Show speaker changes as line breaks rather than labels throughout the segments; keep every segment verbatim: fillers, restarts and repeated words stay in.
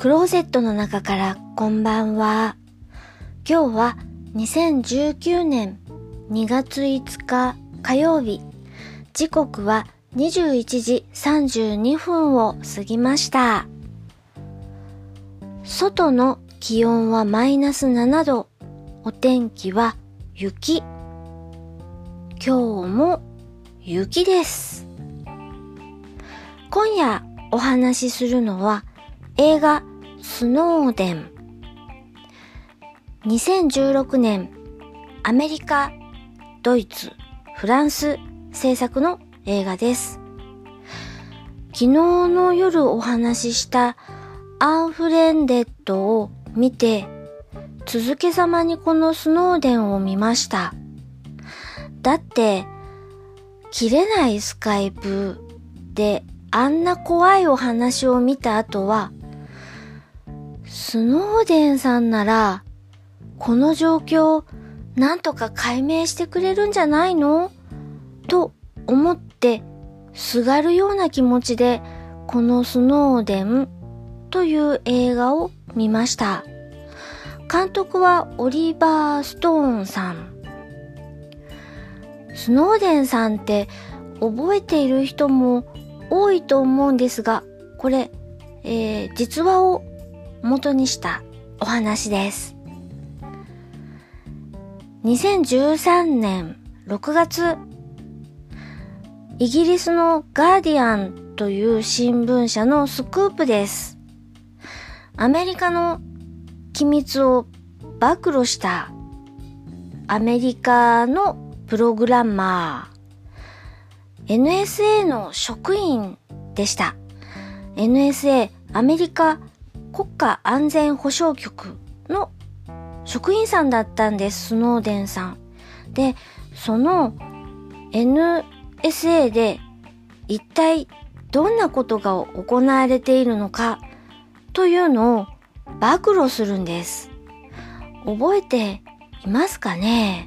クローゼットの中からこんばんは。今日はにせんじゅうきゅうねんにがついつか火曜日。時刻はにじゅういちじさんじゅうにふんを過ぎました。外の気温はマイナスななど。お天気は雪。今日も雪です。今夜お話しするのは映画スノーデン。にせんじゅうろくねんアメリカ、ドイツ、フランス制作の映画です。昨日の夜お話ししたアンフレンデッドを見て、続けざまにこのスノーデンを見ました。だって、切れないスカイプであんな怖いお話を見た後は、スノーデンさんなら、この状況、なんとか解明してくれるんじゃないのと思って、すがるような気持ちで、このスノーデンという映画を見ました。監督はオリバー・ストーンさん。スノーデンさんって覚えている人も多いと思うんですが、これ、えー、実話を元にしたお話です。にせんじゅうさんねんろくがつ、イギリスのガーディアンという新聞社のスクープです。アメリカの機密を暴露したアメリカのプログラマー エヌエスエー の職員でした。 エヌエスエー アメリカ国家安全保障局の職員さんだったんです、スノーデンさんで。その エヌエスエー で一体どんなことが行われているのかというのを暴露するんです。覚えていますかね？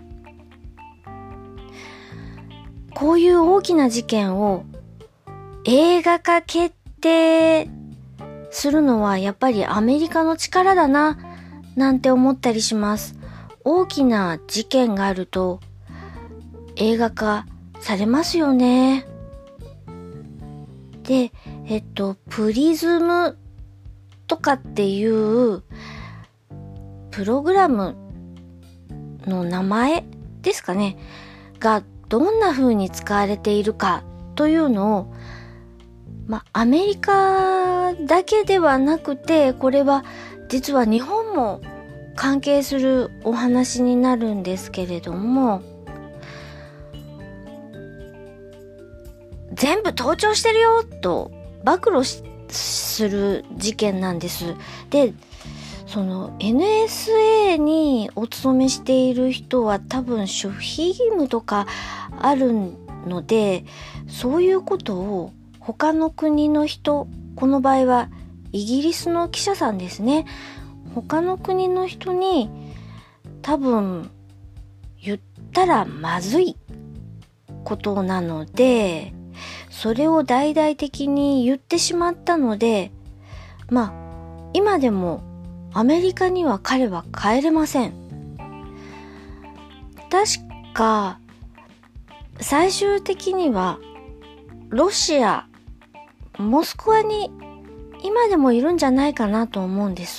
こういう大きな事件を映画化決定するのはやっぱりアメリカの力だななんて思ったりします。大きな事件があると映画化されますよね。で、えっと、プリズムとかっていうプログラムの名前ですかねがどんな風に使われているかというのを、ま、アメリカだけではなくて、これは実は日本も関係するお話になるんですけれども、全部盗聴してるよと暴露しする事件なんです。で、その エヌエスエー にお勤めしている人は多分守秘義務とかあるので、そういうことを他の国の人、この場合はイギリスの記者さんですね。他の国の人に多分言ったらまずいことなので、それを大々的に言ってしまったので、まあ今でもアメリカには彼は帰れません。確か最終的にはロシア、モスクワに今でもいるんじゃないかなと思うんです。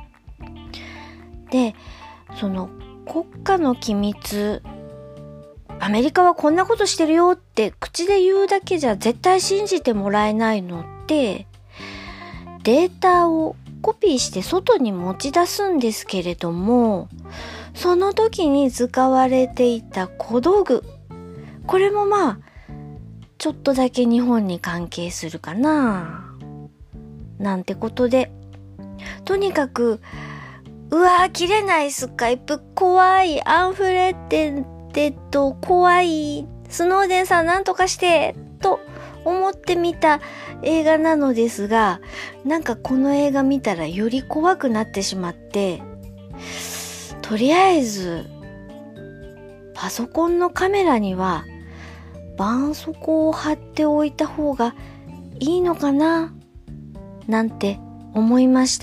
で、その国家の機密、アメリカはこんなことしてるよって口で言うだけじゃ絶対信じてもらえないので、データをコピーして外に持ち出すんですけれども、その時に使われていた小道具、これもまあちょっとだけ日本に関係するかななんてことで、とにかくうわー切れないスカイプ怖い、アンフレッデッド怖い、スノーデンさんなんとかしてと思って見た映画なのですが、なんかこの映画見たらより怖くなってしまって、とりあえずパソコンのカメラには絆創膏を貼っておいた方がいいのかななんて思いました。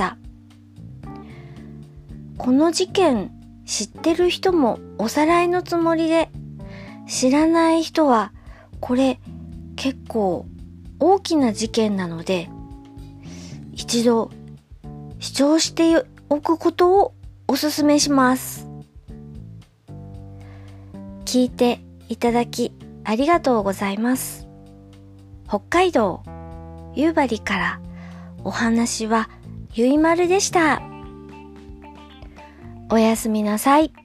この事件知ってる人もおさらいのつもりで、知らない人はこれ結構大きな事件なので、一度視聴しておくことをお勧めします。聞いていただきありがとうございます。北海道夕張からお話はゆいまるでした。おやすみなさい。